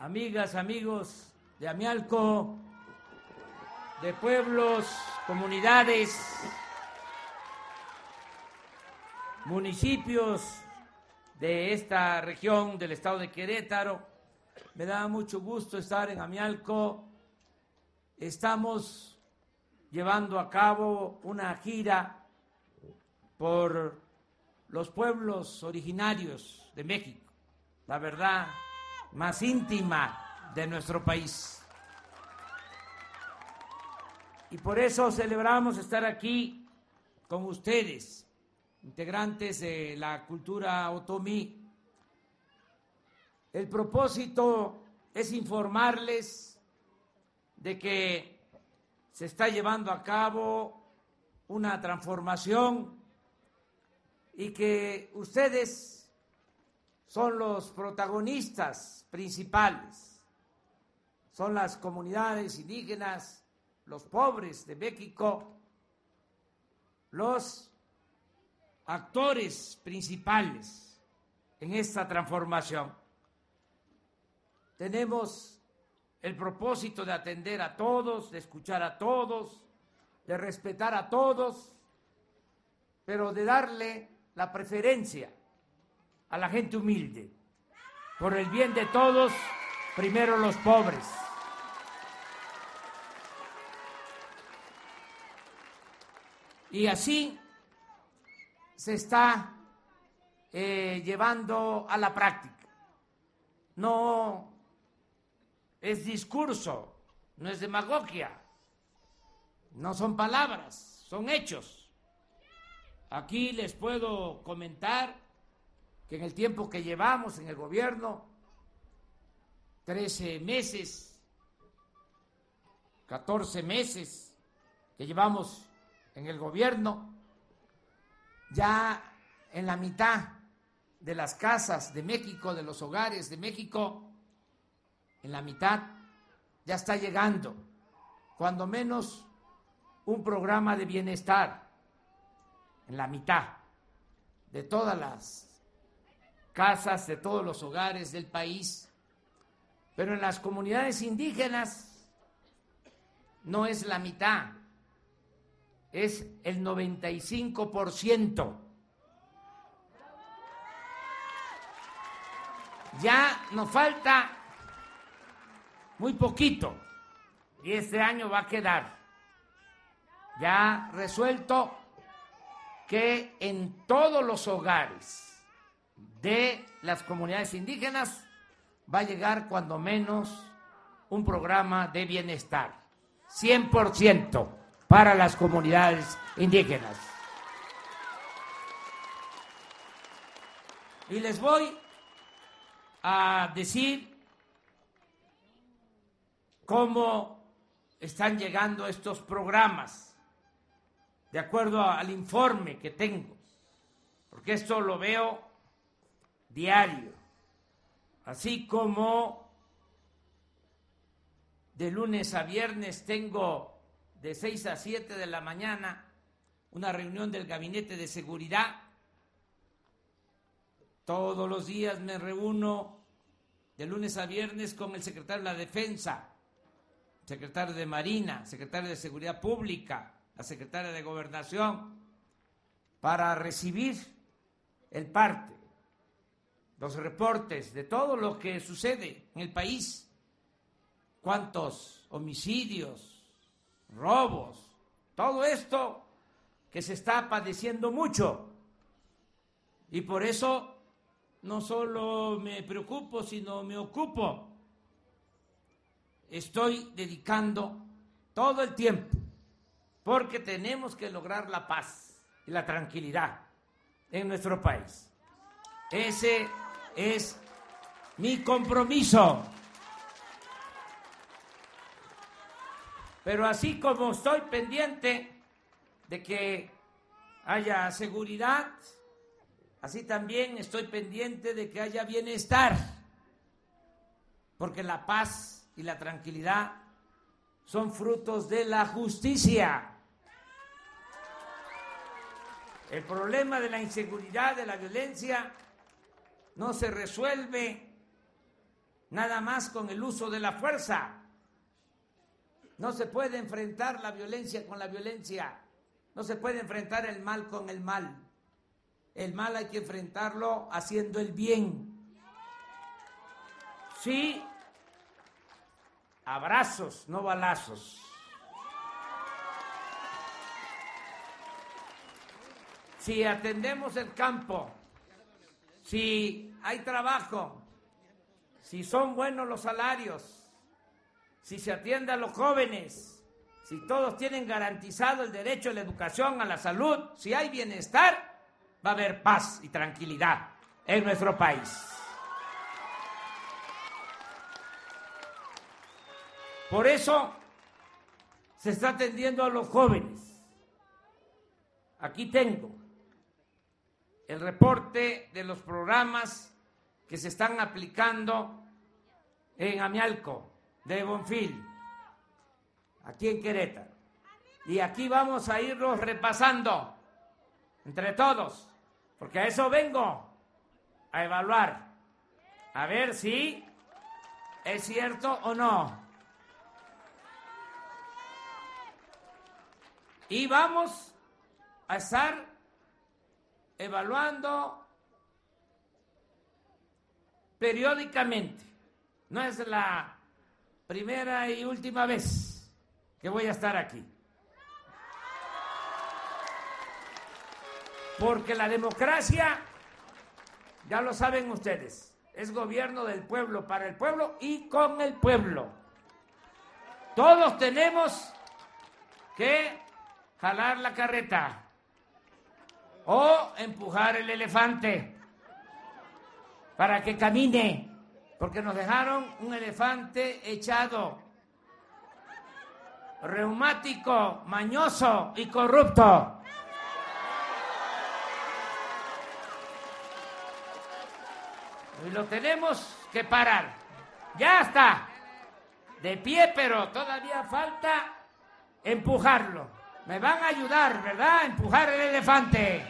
amigas, amigos de Amialco, de pueblos, comunidades, municipios de esta región del estado de Querétaro. Me da mucho gusto estar en Amialco. Estamos llevando a cabo una gira por los pueblos originarios de México, la verdad más íntima de nuestro país. Y por eso celebramos estar aquí con ustedes, integrantes de la cultura otomí. El propósito es informarles de que se está llevando a cabo una transformación y que ustedes son los protagonistas principales, son las comunidades indígenas, los pobres de México, los actores principales en esta transformación. Tenemos el propósito de atender a todos, de escuchar a todos, de respetar a todos, pero de darle la preferencia a la gente humilde. Por el bien de todos, primero los pobres. Y así se está llevando a la práctica. No es discurso, no es demagogia, no son palabras, son hechos. Aquí les puedo comentar que en el tiempo que llevamos en el gobierno, 13 meses, 14 meses que llevamos en el gobierno, ya en la mitad de las casas de México, de los hogares de México, en la mitad ya está llegando, cuando menos, un programa de bienestar, en la mitad de todas las casas, de todos los hogares del país. Pero en las comunidades indígenas no es la mitad, es el 95%. Ya nos falta muy poquito y este año va a quedar ya resuelto que en todos los hogares de las comunidades indígenas va a llegar cuando menos un programa de bienestar, 100% para las comunidades indígenas. Y les voy a decir cómo están llegando estos programas, de acuerdo al informe que tengo, porque esto lo veo diario, así como de lunes a viernes tengo de 6 a 7 de la mañana una reunión del Gabinete de Seguridad. Todos los días me reúno de lunes a viernes con el secretario de la Defensa, secretario de Marina, secretario de Seguridad Pública, la secretaria de Gobernación, para recibir el parte, los reportes de todo lo que sucede en el país, cuántos homicidios, robos, todo esto que se está padeciendo mucho. Y por eso no solo me preocupo, sino me ocupo. Estoy dedicando todo el tiempo, porque tenemos que lograr la paz y la tranquilidad en nuestro país. Ese es mi compromiso. Pero así como estoy pendiente de que haya seguridad, así también estoy pendiente de que haya bienestar, porque la paz y la tranquilidad son frutos de la justicia. El problema de la inseguridad, de la violencia, no se resuelve nada más con el uso de la fuerza. No se puede enfrentar la violencia con la violencia. No se puede enfrentar el mal con el mal. El mal hay que enfrentarlo haciendo el bien. Sí, abrazos, no balazos. Si atendemos el campo, si hay trabajo, si son buenos los salarios, si se atiende a los jóvenes, si todos tienen garantizado el derecho a la educación, a la salud, si hay bienestar, va a haber paz y tranquilidad en nuestro país. Por eso se está atendiendo a los jóvenes. Aquí tengo el reporte de los programas que se están aplicando en Amialco, de Bonfil, aquí en Querétaro. Y aquí vamos a irlos repasando entre todos, porque a eso vengo, a evaluar, a ver si es cierto o no. Y vamos a estar evaluando periódicamente. No es la primera y última vez que voy a estar aquí. Porque la democracia, ya lo saben ustedes, es gobierno del pueblo, para el pueblo y con el pueblo. Todos tenemos que jalar la carreta o empujar el elefante para que camine, porque nos dejaron un elefante echado, reumático, mañoso y corrupto. Y lo tenemos que parar. Ya está de pie, pero todavía falta empujarlo. Me van a ayudar, ¿verdad? A empujar el elefante.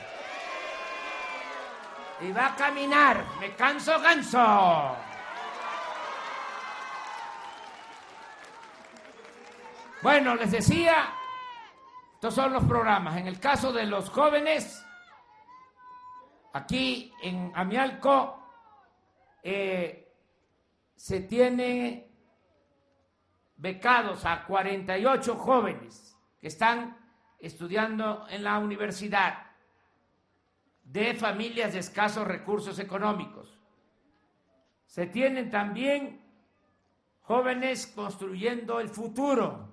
Y va a caminar. Me canso, ganso. Bueno, les decía, estos son los programas. En el caso de los jóvenes, aquí en Amialco, se tiene becados a 48 jóvenes que están estudiando en la universidad de familias de escasos recursos económicos. Se tienen también jóvenes construyendo el futuro,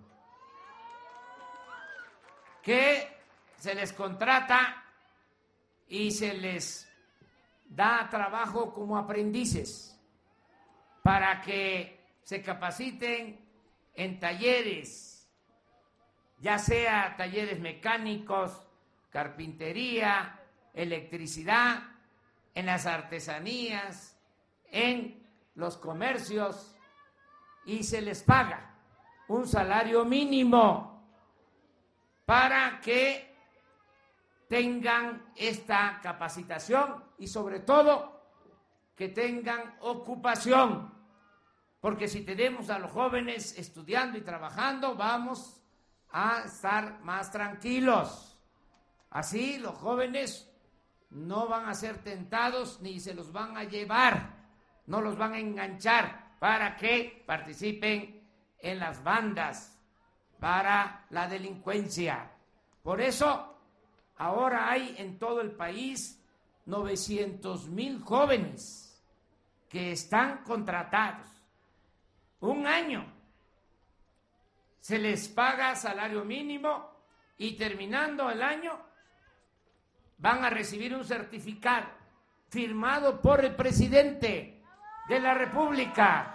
que se les contrata y se les da trabajo como aprendices para que se capaciten en talleres, ya sea talleres mecánicos, carpintería, electricidad, en las artesanías, en los comercios, y se les paga un salario mínimo para que tengan esta capacitación y sobre todo que tengan ocupación, porque si tenemos a los jóvenes estudiando y trabajando, vamos a estar más tranquilos. Así los jóvenes no van a ser tentados ni se los van a llevar, no los van a enganchar para que participen en las bandas, para la delincuencia. Por eso ahora hay en todo el país 900,000 jóvenes que están contratados. Un año se les paga salario mínimo y terminando el año van a recibir un certificado firmado por el presidente de la República.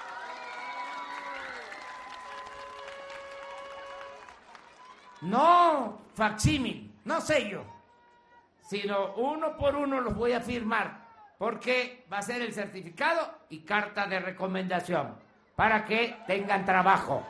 No facsímil, no sello, sino uno por uno los voy a firmar, porque va a ser el certificado y carta de recomendación para que tengan trabajo.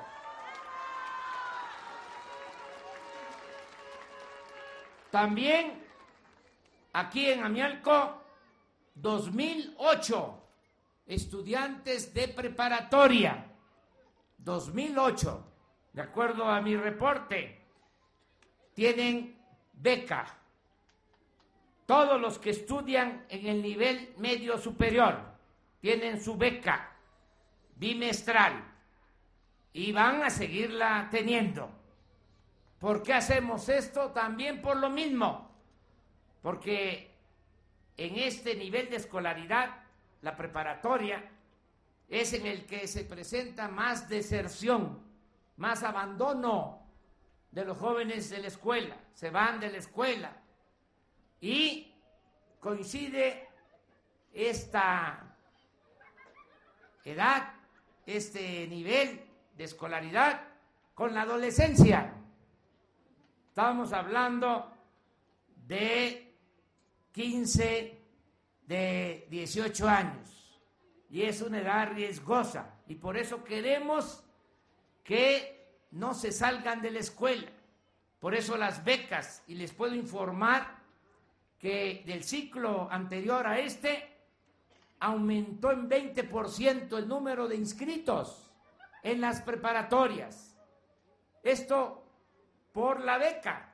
También aquí en Amialco, 2008 estudiantes de preparatoria. 2008, de acuerdo a mi reporte, tienen beca. Todos los que estudian en el nivel medio superior tienen su beca bimestral y van a seguirla teniendo. ¿Por qué hacemos esto? También por lo mismo, porque en este nivel de escolaridad, la preparatoria, es en el que se presenta más deserción, más abandono de los jóvenes de la escuela, se van de la escuela y coincide esta edad, este nivel de escolaridad con la adolescencia. Estábamos hablando de 15, de 18 años y es una edad riesgosa y por eso queremos que no se salgan de la escuela. Por eso las becas, y les puedo informar que del ciclo anterior a este aumentó en 20% el número de inscritos en las preparatorias. Esto por la beca,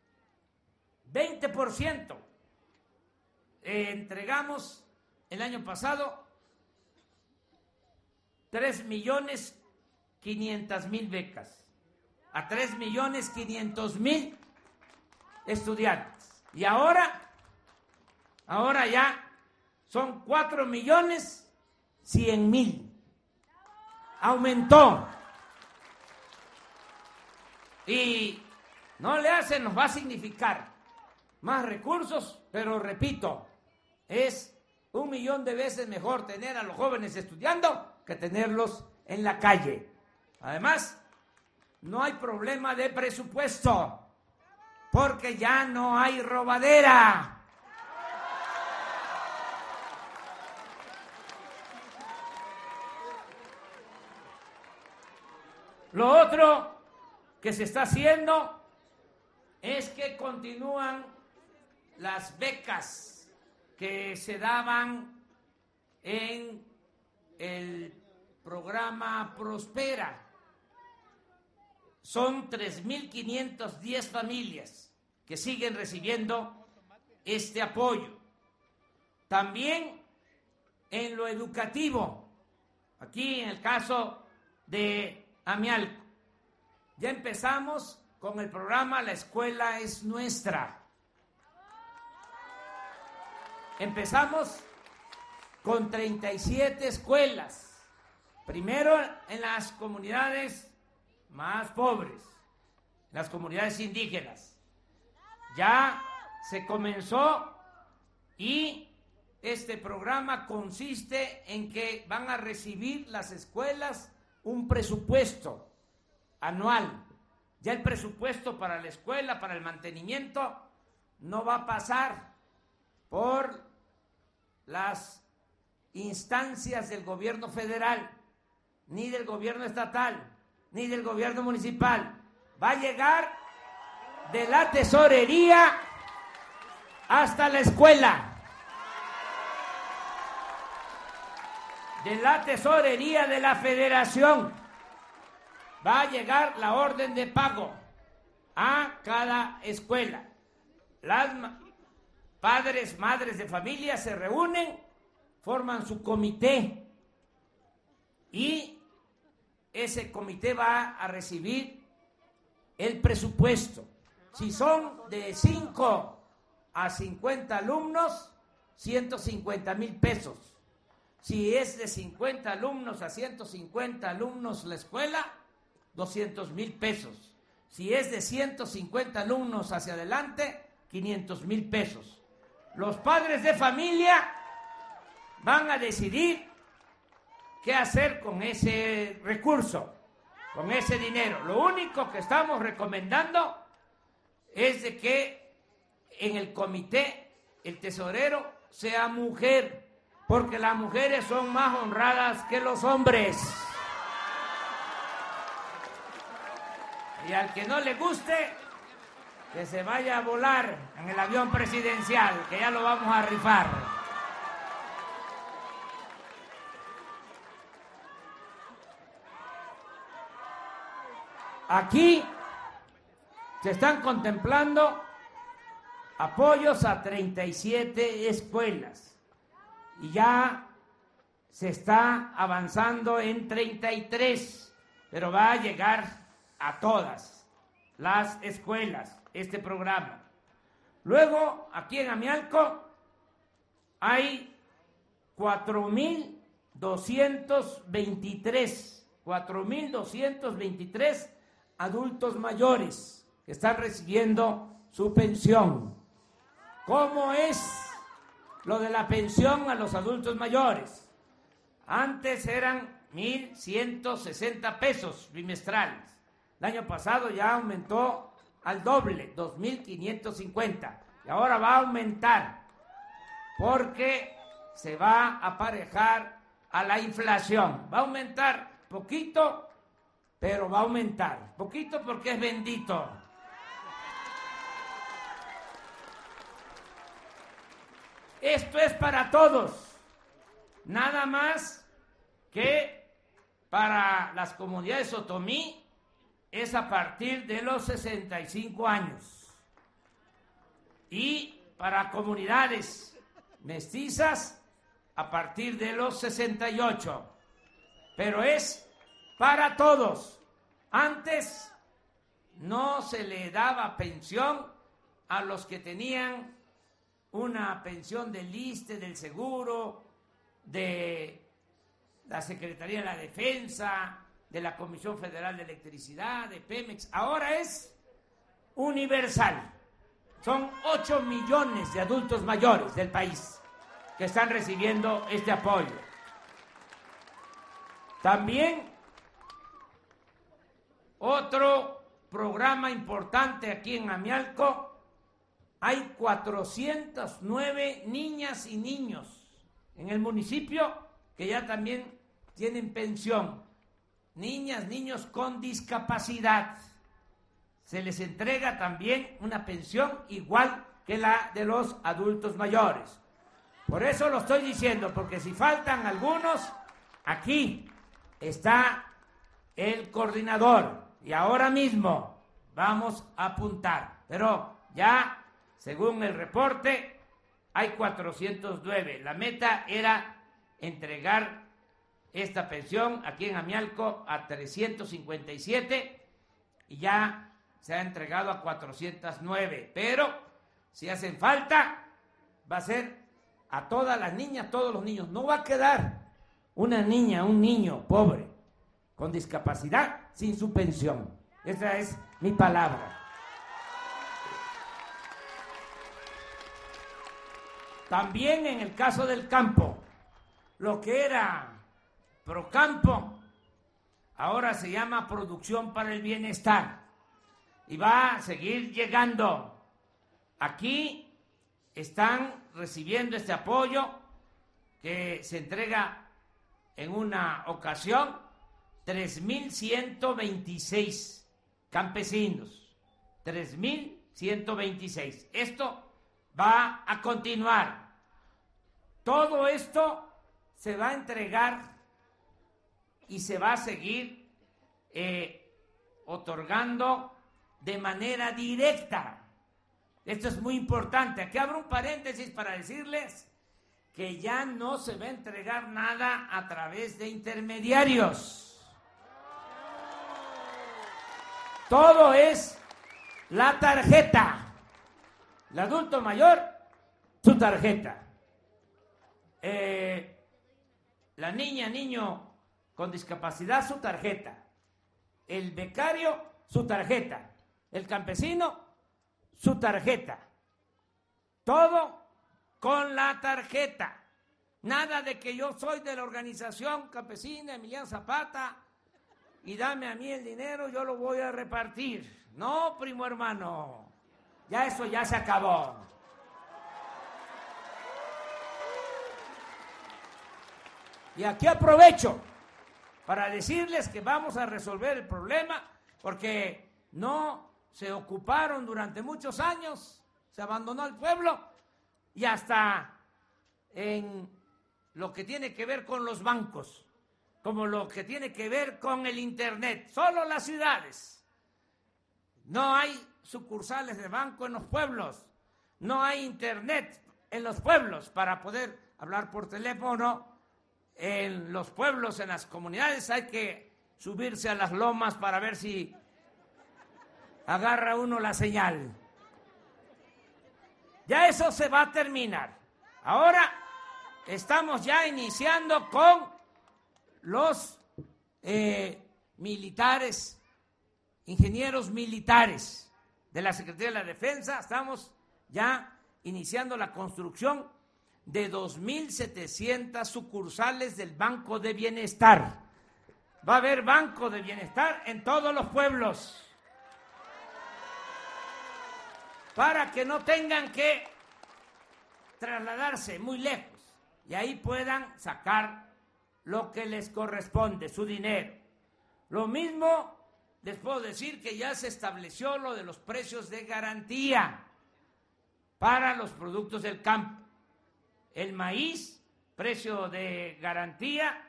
20%. Entregamos el año pasado 3.500.000 becas a 3.500.000 estudiantes. Y ahora ya son 4.100.000. Aumentó. Y no le hacen, nos va a significar más recursos, pero repito, es 1.000.000 de veces mejor tener a los jóvenes estudiando que tenerlos en la calle. Además, no hay problema de presupuesto, porque ya no hay robadera. Lo otro que se está haciendo es que continúan las becas que se daban en el programa Prospera. Son 3.510 familias que siguen recibiendo este apoyo. También en lo educativo, aquí en el caso de Amialco, ya empezamos con el programa La Escuela es Nuestra. Empezamos con 37 escuelas, primero en las comunidades más pobres, las comunidades indígenas. Ya se comenzó y este programa consiste en que van a recibir las escuelas un presupuesto anual. Ya el presupuesto para la escuela, para el mantenimiento, no va a pasar por las instancias del gobierno federal, ni del gobierno estatal, ni del gobierno municipal. Va a llegar de la tesorería hasta la escuela. De la tesorería de la federación va a llegar la orden de pago a cada escuela. Las padres, madres de familia se reúnen, forman su comité y ese comité va a recibir el presupuesto. Si son de 5 a 50 alumnos, 150,000 pesos. Si es de 50 alumnos a 150 alumnos la escuela, 200,000 pesos. Si es de 150 alumnos hacia adelante, 500,000 pesos. Los padres de familia van a decidir qué hacer con ese recurso, con ese dinero. Lo único que estamos recomendando es de que en el comité el tesorero sea mujer, porque las mujeres son más honradas que los hombres. Y al que no le guste, que se vaya a volar en el avión presidencial, que ya lo vamos a rifar. Aquí se están contemplando apoyos a 37 escuelas y ya se está avanzando en 33, pero va a llegar a todas las escuelas este programa. Luego, aquí en Amialco hay 4,223 adultos mayores que están recibiendo su pensión. ¿Cómo es lo de la pensión a los adultos mayores? Antes eran 1,160 pesos bimestrales. El año pasado ya aumentó al doble, 2,550. Y ahora va a aumentar porque se va a aparejar a la inflación. Va a aumentar poquito, pero va a aumentar. Poquito porque es bendito. Esto es para todos. Nada más que para las comunidades otomí es a partir de los 65 años. Y para comunidades mestizas a partir de los 68. Pero es para todos. Antes no se le daba pensión a los que tenían una pensión del ISSSTE, del Seguro, de la Secretaría de la Defensa, de la Comisión Federal de Electricidad, de Pemex. Ahora es universal. Son 8 millones de adultos mayores del país que están recibiendo este apoyo. También otro programa importante aquí en Amialco, hay 409 niñas y niños en el municipio que ya también tienen pensión. Niñas, niños con discapacidad. Se les entrega también una pensión igual que la de los adultos mayores. Por eso lo estoy diciendo, porque si faltan algunos, aquí está el coordinador y ahora mismo vamos a apuntar. Pero ya, según el reporte, hay 409. La meta era entregar esta pensión aquí en Amialco a 357 y ya se ha entregado a 409. Pero si hacen falta, va a ser a todas las niñas, todos los niños. No va a quedar una niña, un niño pobre con discapacidad sin su pensión. Esa es mi palabra. También en el caso del campo, lo que era Procampo, ahora se llama Producción para el Bienestar y va a seguir llegando. Aquí están recibiendo este apoyo que se entrega en una ocasión 3,126 campesinos. 3,126. Esto va a continuar. Todo esto se va a entregar y se va a seguir otorgando de manera directa. Esto es muy importante. Aquí abro un paréntesis para decirles que ya no se va a entregar nada a través de intermediarios. Todo es la tarjeta. El adulto mayor, su tarjeta. La niña, niño con discapacidad, su tarjeta. El becario, su tarjeta. El campesino, su tarjeta. Todo con la tarjeta. Nada de que yo soy de la organización campesina Emiliano Zapata y dame a mí el dinero, yo lo voy a repartir. No, primo hermano. Ya eso ya se acabó. Y aquí aprovecho para decirles que vamos a resolver el problema porque no se ocuparon durante muchos años, se abandonó el pueblo y hasta en lo que tiene que ver con los bancos, como lo que tiene que ver con el internet, solo las ciudades no hay sucursales de banco en los pueblos, no hay internet en los pueblos para poder hablar por teléfono. En los pueblos, en las comunidades, hay que subirse a las lomas para ver si agarra uno la señal. Ya eso se va a terminar. Ahora estamos ya iniciando con los militares, ingenieros militares de la Secretaría de la Defensa. Estamos ya iniciando la construcción de 2,700 sucursales del Banco de Bienestar. Va a haber Banco de Bienestar en todos los pueblos, para que no tengan que trasladarse muy lejos y ahí puedan sacar lo que les corresponde, su dinero. Lo mismo les puedo decir que ya se estableció lo de los precios de garantía para los productos del campo. El maíz, precio de garantía,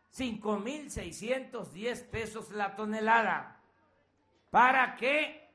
5,610 pesos la tonelada, para que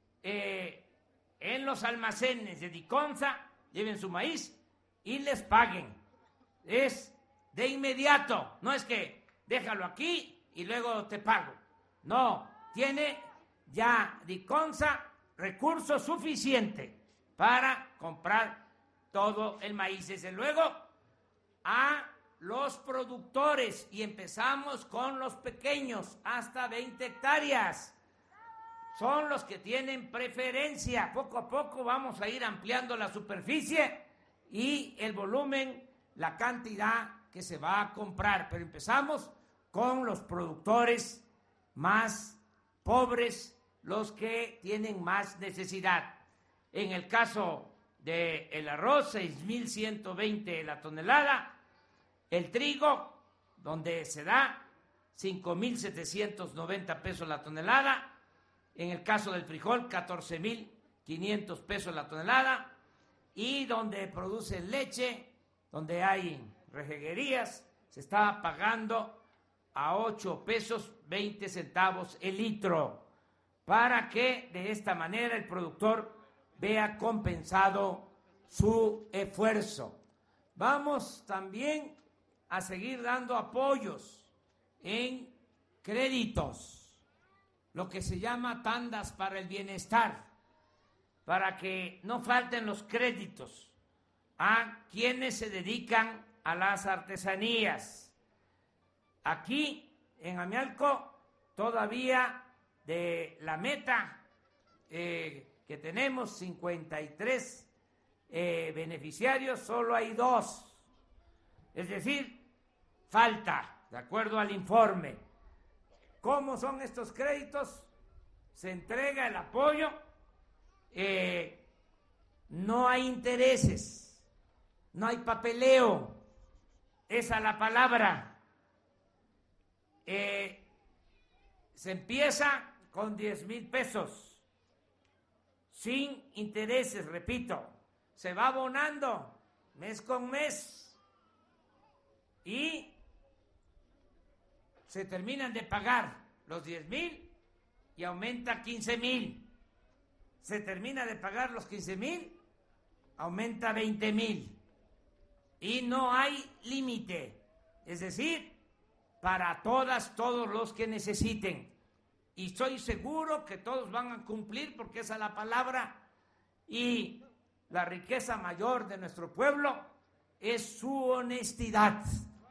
en los almacenes de Diconsa lleven su maíz y les paguen. Es de inmediato, no es que déjalo aquí y luego te pago. No, tiene ya Diconsa recursos suficientes para comprar todo el maíz. Desde luego, a los productores, y empezamos con los pequeños, hasta 20 hectáreas. Son los que tienen preferencia. Poco a poco vamos a ir ampliando la superficie y el volumen, la cantidad que se va a comprar. Pero empezamos con los productores más pobres, los que tienen más necesidad. En el caso del arroz, 6,120 la tonelada. El trigo, donde se da 5,790 pesos la tonelada. En el caso del frijol, 14,500 pesos la tonelada. Y donde producen leche, donde hay rejeguerías, se está pagando a 8 pesos 20 centavos el litro, para que de esta manera el productor vea compensado su esfuerzo. Vamos también a seguir dando apoyos en créditos, lo que se llama tandas para el bienestar, para que no falten los créditos a quienes se dedican a las artesanías. Aquí en Amialco todavía de la meta que tenemos 53 beneficiarios, solo hay 2. Es decir, falta, de acuerdo al informe. ¿Cómo son estos créditos? Se entrega el apoyo, no hay intereses, no hay papeleo, esa es la palabra. Se empieza con 10,000 pesos, sin intereses, repito, se va abonando mes con mes y se terminan de pagar los 10,000 y aumenta 15,000. Se termina de pagar los 15,000, aumenta 20,000 y no hay límite, es decir, para todos los que necesiten. Y estoy seguro que todos van a cumplir, porque esa es la palabra. Y la riqueza mayor de nuestro pueblo es su honestidad.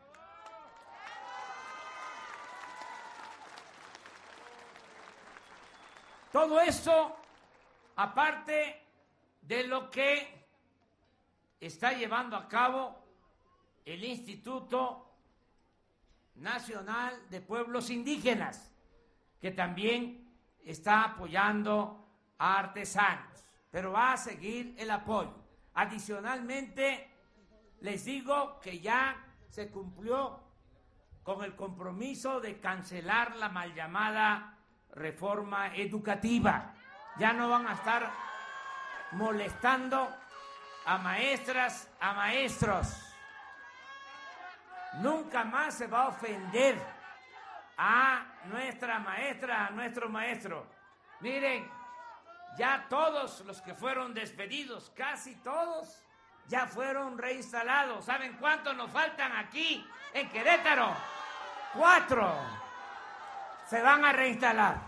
Todo eso, aparte de lo que está llevando a cabo el Instituto Nacional de Pueblos Indígenas, que también está apoyando a artesanos, pero va a seguir el apoyo. Adicionalmente, les digo que ya se cumplió con el compromiso de cancelar la mal llamada reforma educativa. Ya no van a estar molestando a maestras, a maestros. Nunca más se va a ofender a nuestra maestra, a nuestro maestro. Miren, Ya todos los que fueron despedidos, casi todos, ya fueron reinstalados. ¿Saben cuántos nos faltan aquí en Querétaro? 4 se van a reinstalar.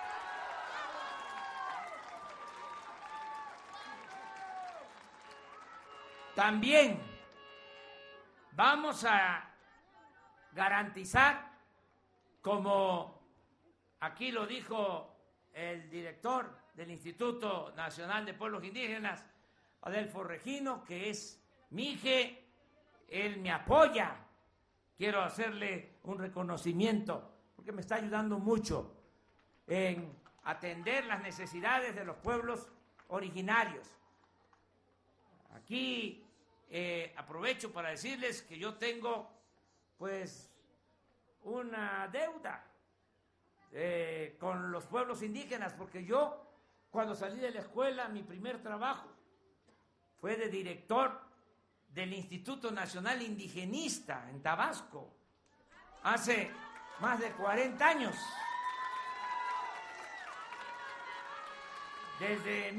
También vamos a garantizar, como aquí lo dijo el director del Instituto Nacional de Pueblos Indígenas, Adelfo Regino, que es Mije, él me apoya. Quiero hacerle un reconocimiento porque me está ayudando mucho en atender las necesidades de los pueblos originarios. Aquí aprovecho para decirles que yo tengo pues una deuda con los pueblos indígenas, porque yo cuando salí de la escuela mi primer trabajo fue de director del Instituto Nacional Indigenista en Tabasco, hace más de 40 años. Desde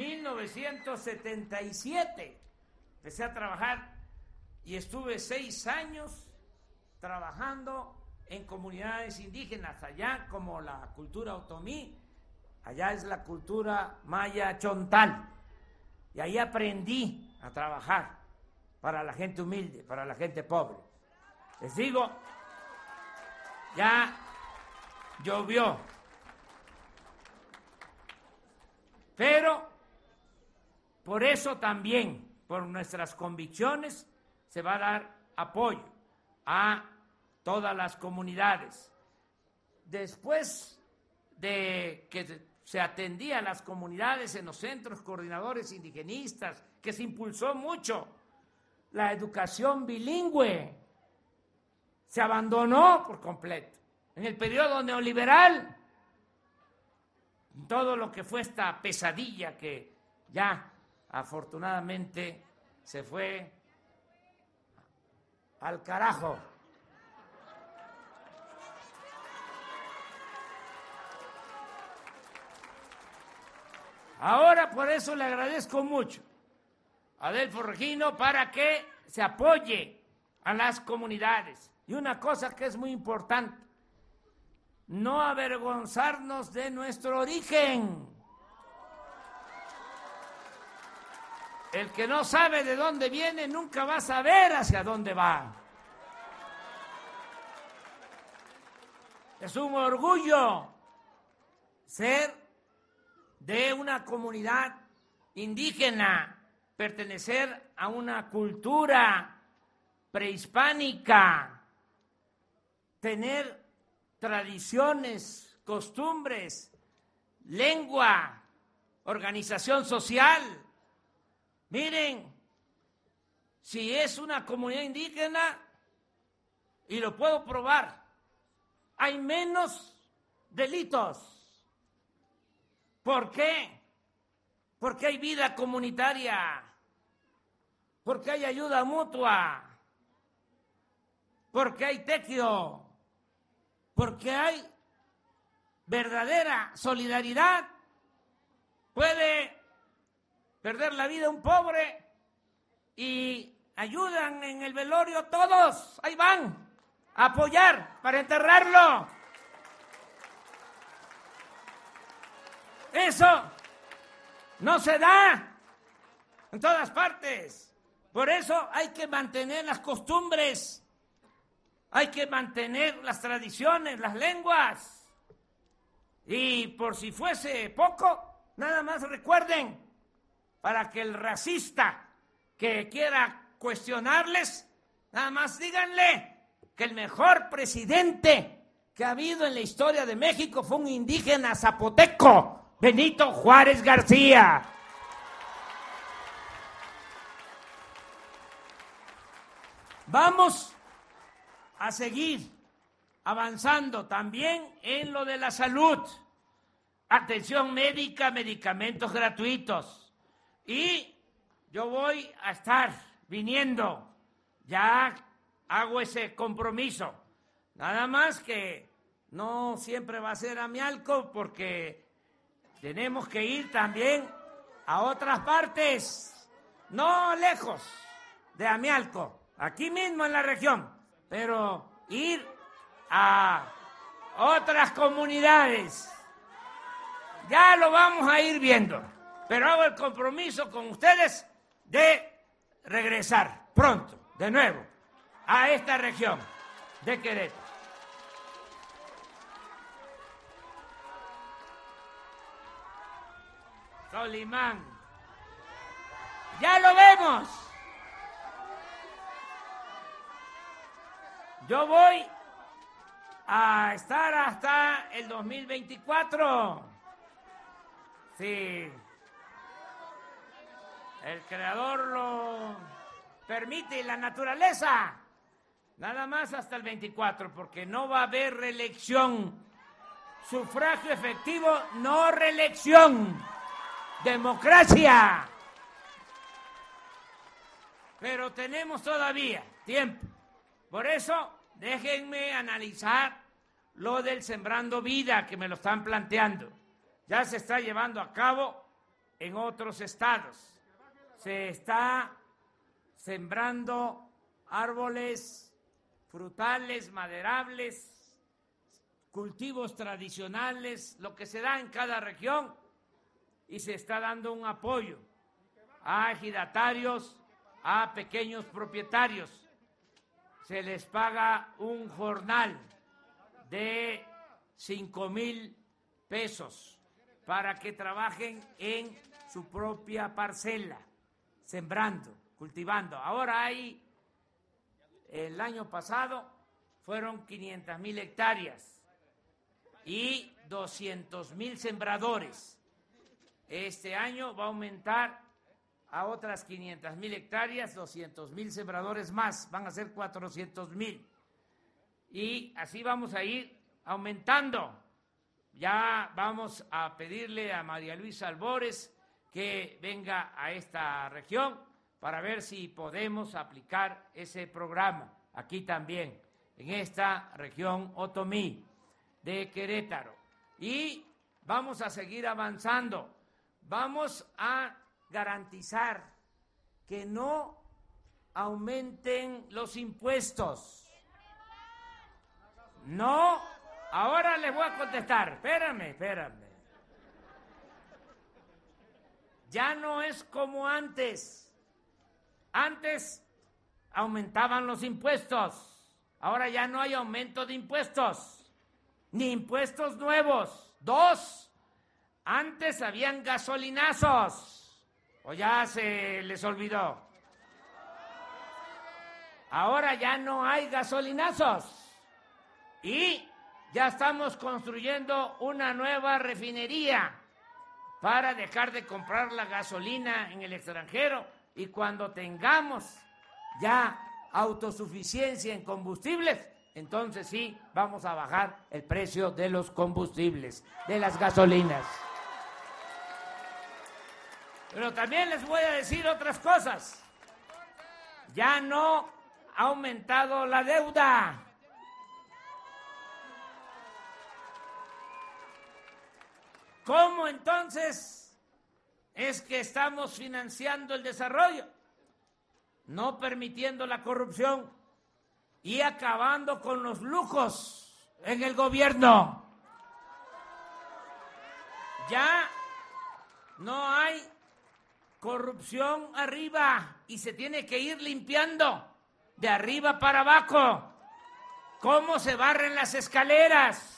1977 empecé a trabajar y estuve 6 años trabajando en comunidades indígenas, allá como la cultura otomí, allá es la cultura maya chontal, y ahí aprendí a trabajar para la gente humilde, para la gente pobre. Les digo, ya llovió, pero por eso también, por nuestras convicciones, se va a dar apoyo a todas las comunidades. Después de que se atendía a las comunidades en los centros coordinadores indigenistas, que se impulsó mucho la educación bilingüe, se abandonó por completo. En el periodo neoliberal, todo lo que fue esta pesadilla que ya afortunadamente se fue al carajo. Ahora por eso le agradezco mucho a Adelfo Regino para que se apoye a las comunidades. Y una cosa que es muy importante, no avergonzarnos de nuestro origen. El que no sabe de dónde viene nunca va a saber hacia dónde va. Es un orgullo ser de una comunidad indígena, pertenecer a una cultura prehispánica, tener tradiciones, costumbres, lengua, organización social. Miren, si es una comunidad indígena, y lo puedo probar, hay menos delitos. ¿Por qué? Porque hay vida comunitaria, porque hay ayuda mutua, porque hay tequio, porque hay verdadera solidaridad. Puede perder la vida un pobre y ayudan en el velorio todos, ahí van a apoyar para enterrarlo. Eso no se da en todas partes. Por eso hay que mantener las costumbres, hay que mantener las tradiciones, las lenguas. Y por si fuese poco, nada más recuerden, para que el racista que quiera cuestionarles, nada más díganle que el mejor presidente que ha habido en la historia de México fue un indígena zapoteco, Benito Juárez García. Vamos a seguir avanzando también en lo de la salud, atención médica, medicamentos gratuitos. Y yo voy a estar viniendo, ya hago ese compromiso, nada más que no siempre va a ser a Mialco porque tenemos que ir también a otras partes, no lejos de Amialco, aquí mismo en la región, pero ir a otras comunidades. Ya lo vamos a ir viendo, pero hago el compromiso con ustedes de regresar pronto, de nuevo, a esta región de Querétaro. Solimán, ya lo vemos. Yo voy a estar hasta el 2024. Sí. El creador lo permite y la naturaleza. Nada más hasta el 24, porque no va a haber reelección. Sufragio efectivo, no reelección. Democracia. Pero tenemos todavía tiempo. Por eso, déjenme analizar lo del Sembrando Vida, que me lo están planteando. Ya se está llevando a cabo en otros estados. Se está sembrando árboles frutales, maderables, cultivos tradicionales, lo que se da en cada región, y se está dando un apoyo a ejidatarios, a pequeños propietarios. Se les paga un jornal de 5,000 pesos para que trabajen en su propia parcela, sembrando, cultivando. Ahora el año pasado fueron 500,000 hectáreas y 200,000 sembradores. Este año va a aumentar a otras 500,000 hectáreas, 200,000 sembradores más, van a ser 400,000. Y así vamos a ir aumentando. Ya vamos a pedirle a María Luisa Albores que venga a esta región para ver si podemos aplicar ese programa aquí también, en esta región Otomí de Querétaro. Y vamos a seguir avanzando. Vamos a garantizar que no aumenten los impuestos. No, ahora les voy a contestar. Espérame. Ya no es como antes. Antes aumentaban los impuestos. Ahora ya no hay aumento de impuestos, ni impuestos nuevos. 2, antes habían gasolinazos. ¿O ya se les olvidó? Ahora ya no hay gasolinazos. Y ya estamos construyendo una nueva refinería para dejar de comprar la gasolina en el extranjero, y cuando tengamos ya autosuficiencia en combustibles, entonces sí vamos a bajar el precio de los combustibles, de las gasolinas. Pero también les voy a decir otras cosas. Ya no ha aumentado la deuda. ¿Cómo entonces es que estamos financiando el desarrollo? No permitiendo la corrupción y acabando con los lujos en el gobierno. Ya no hay corrupción arriba y se tiene que ir limpiando de arriba para abajo. ¿Cómo se barren las escaleras?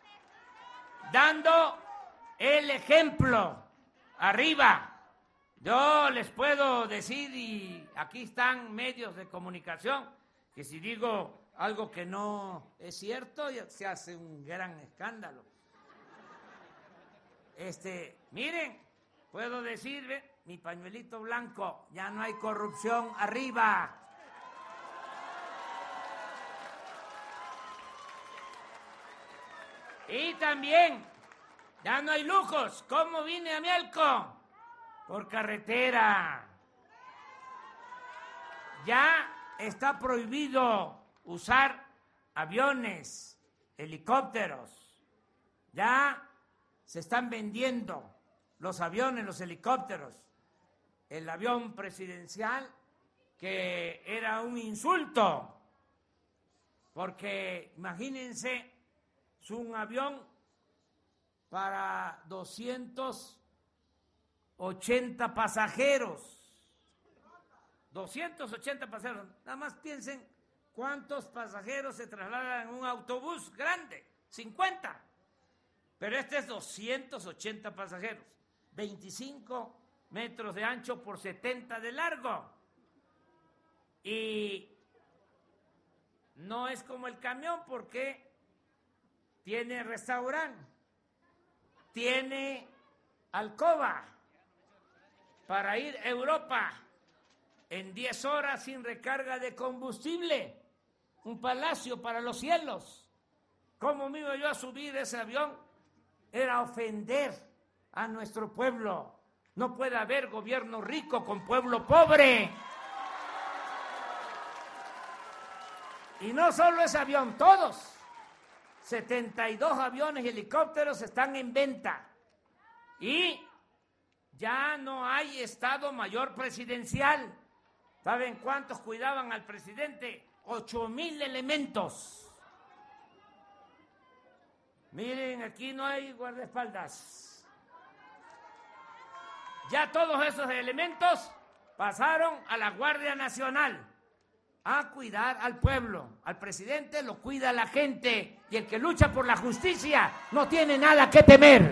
Dando el ejemplo arriba. Yo les puedo decir, y aquí están medios de comunicación, que si digo algo que no es cierto, se hace un gran escándalo. Miren, puedo decir, mi pañuelito blanco, ya no hay corrupción arriba. Y también, ya no hay lujos. ¿Cómo vine a Amialco? Por carretera. Ya está prohibido usar aviones, helicópteros. Ya se están vendiendo los aviones, los helicópteros. El avión presidencial, que era un insulto, porque imagínense, es un avión para 280 pasajeros. 280 pasajeros. Nada más piensen cuántos pasajeros se trasladan en un autobús grande. 50. Pero este es 280 pasajeros. 25 metros de ancho por 70 de largo. Y no es como el camión porque tiene restaurante, tiene alcoba para ir a Europa en 10 horas sin recarga de combustible, un palacio para los cielos. ¿Cómo me iba yo a subir ese avión? Era ofender a nuestro pueblo. No puede haber gobierno rico con pueblo pobre. Y no solo ese avión, todos. 72 aviones y helicópteros están en venta. Y ya no hay Estado Mayor Presidencial. ¿Saben cuántos cuidaban al presidente? 8,000 elementos. Miren, aquí no hay guardaespaldas. Ya todos esos elementos pasaron a la Guardia Nacional a cuidar al pueblo. Al presidente lo cuida la gente, y el que lucha por la justicia no tiene nada que temer.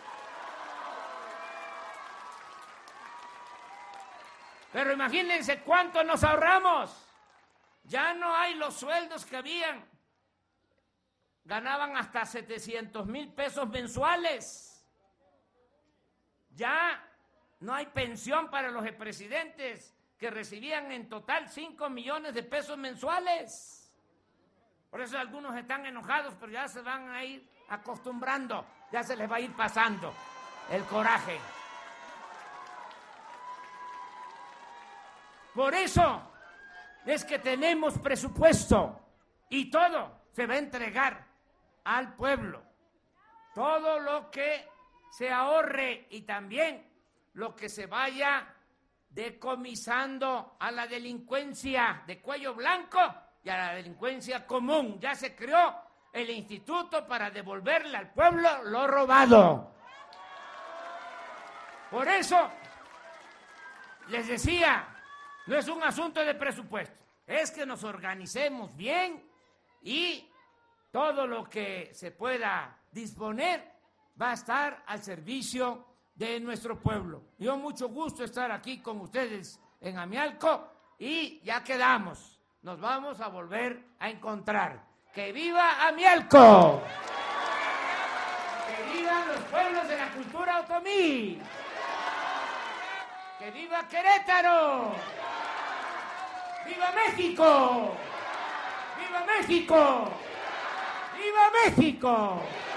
Pero imagínense cuánto nos ahorramos. Ya no hay los sueldos que habían. Ganaban hasta 700,000 pesos mensuales. Ya no hay pensión para los expresidentes, que recibían en total 5 millones de pesos mensuales. Por eso algunos están enojados, pero ya se van a ir acostumbrando, ya se les va a ir pasando el coraje. Por eso es que tenemos presupuesto y todo se va a entregar al pueblo. Todo lo que se ahorre y también lo que se vaya decomisando a la delincuencia de cuello blanco y a la delincuencia común. Ya se creó el instituto para devolverle al pueblo lo robado. Por eso les decía, no es un asunto de presupuesto, es que nos organicemos bien y todo lo que se pueda disponer va a estar al servicio de nuestro pueblo. Dio mucho gusto estar aquí con ustedes en Amialco y ya quedamos. Nos vamos a volver a encontrar. ¡Que viva Amialco! ¡Que vivan los pueblos de la cultura otomí! ¡Que viva Querétaro! ¡Viva México! ¡Viva México! ¡Viva México!